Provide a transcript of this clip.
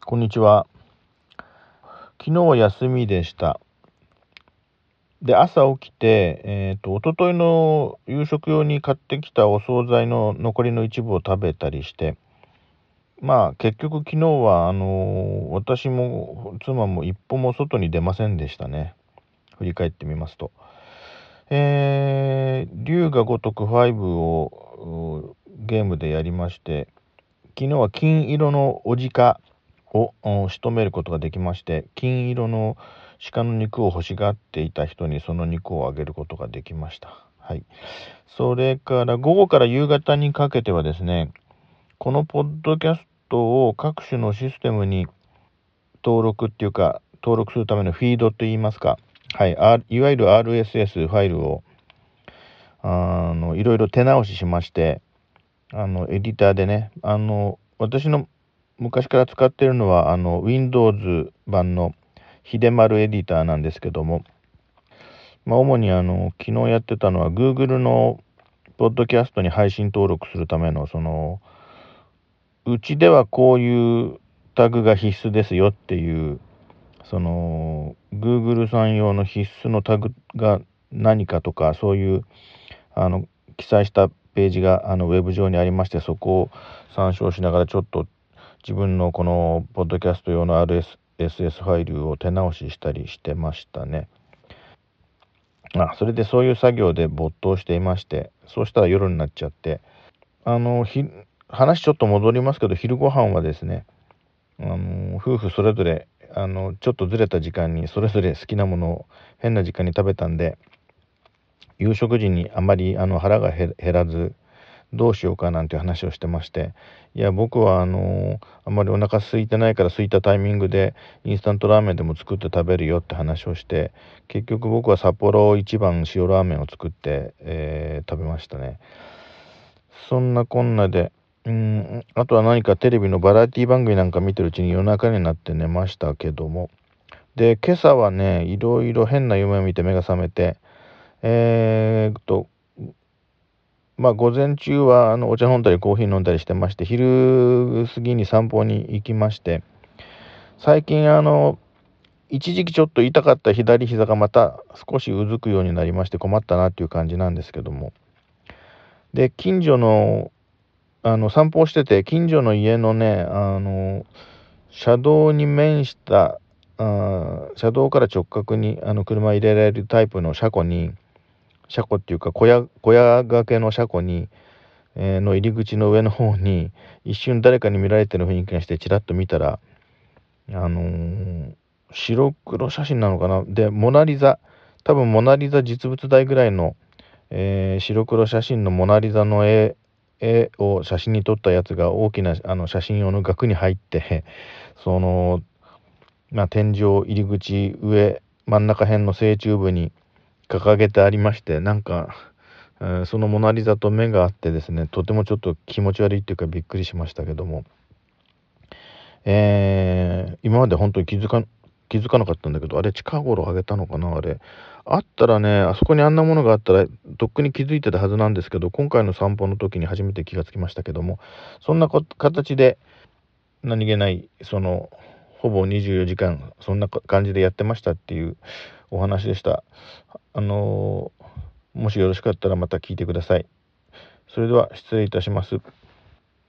こんにちは。昨日は休みでした。で、朝起きて、一昨日の夕食用に買ってきたお惣菜の残りの一部を食べたりして、結局昨日は、私も妻も一歩も外に出ませんでしたね。振り返ってみますと。龍が如く5をゲームでやりまして、昨日は金色のお鹿を仕留めることができまして、金色の鹿の肉を欲しがっていた人にその肉をあげることができました。はい。それから午後から夕方にかけてはですね、このポッドキャストを各種のシステムに登録するためのフィードといいますか、はい、いわゆる RSS ファイルをいろいろ手直ししまして、エディターでね、私の昔から使っているのはWindows 版の秀丸エディターなんですけども、主に昨日やってたのは Google のポッドキャストに配信登録するためのうちではこういうタグが必須ですよっていうGoogle さん用の必須のタグが何かとか、そういうあの記載したページがウェブ上にありまして、そこを参照しながらちょっと自分のこのポッドキャスト用の RSS ファイルを手直ししたりしてましたね。それでそういう作業で没頭していまして、そうしたら夜になっちゃって、話ちょっと戻りますけど、昼ご飯はですね、夫婦それぞれちょっとずれた時間にそれぞれ好きなものを変な時間に食べたんで、夕食時にあまり腹が減らず、どうしようかなんていう話をしてまして、いや僕はあんまりお腹空いてないから、空いたタイミングでインスタントラーメンでも作って食べるよって話をして、結局僕は札幌一番塩ラーメンを作って、食べましたね。そんなこんなで、あとは何かテレビのバラエティ番組なんか見てるうちに夜中になって寝ましたけども、で今朝はね、いろいろ変な夢を見て目が覚めて、午前中はお茶飲んだりコーヒー飲んだりしてまして、昼過ぎに散歩に行きまして、最近一時期ちょっと痛かった左膝がまた少しうずくようになりまして、困ったなっていう感じなんですけども、で近所の散歩をしてて、近所の家のね、車道に面した車道から直角に車入れられるタイプの車庫っていうか小屋掛けの車庫に、の入り口の上の方に一瞬誰かに見られてる雰囲気がして、ちらっと見たら白黒写真なのかな、で多分モナリザ実物大ぐらいの、白黒写真のモナリザの絵を写真に撮ったやつが大きな写真用の額に入って天井入り口上真ん中辺の正中部に掲げてありまして、そのモナリザと目があってですね、とてもちょっと気持ち悪いっていうかびっくりしましたけども、今まで本当に気づかなかったんだけど、あれ近頃あげたのかな、あれあったらね、あそこにあんなものがあったらとっくに気づいてたはずなんですけど、今回の散歩の時に初めて気がつきましたけども、そんな形で何気ないほぼ24時間そんな感じでやってましたっていうお話でした。もしよろしかったらまた聞いてください。それでは失礼いたします。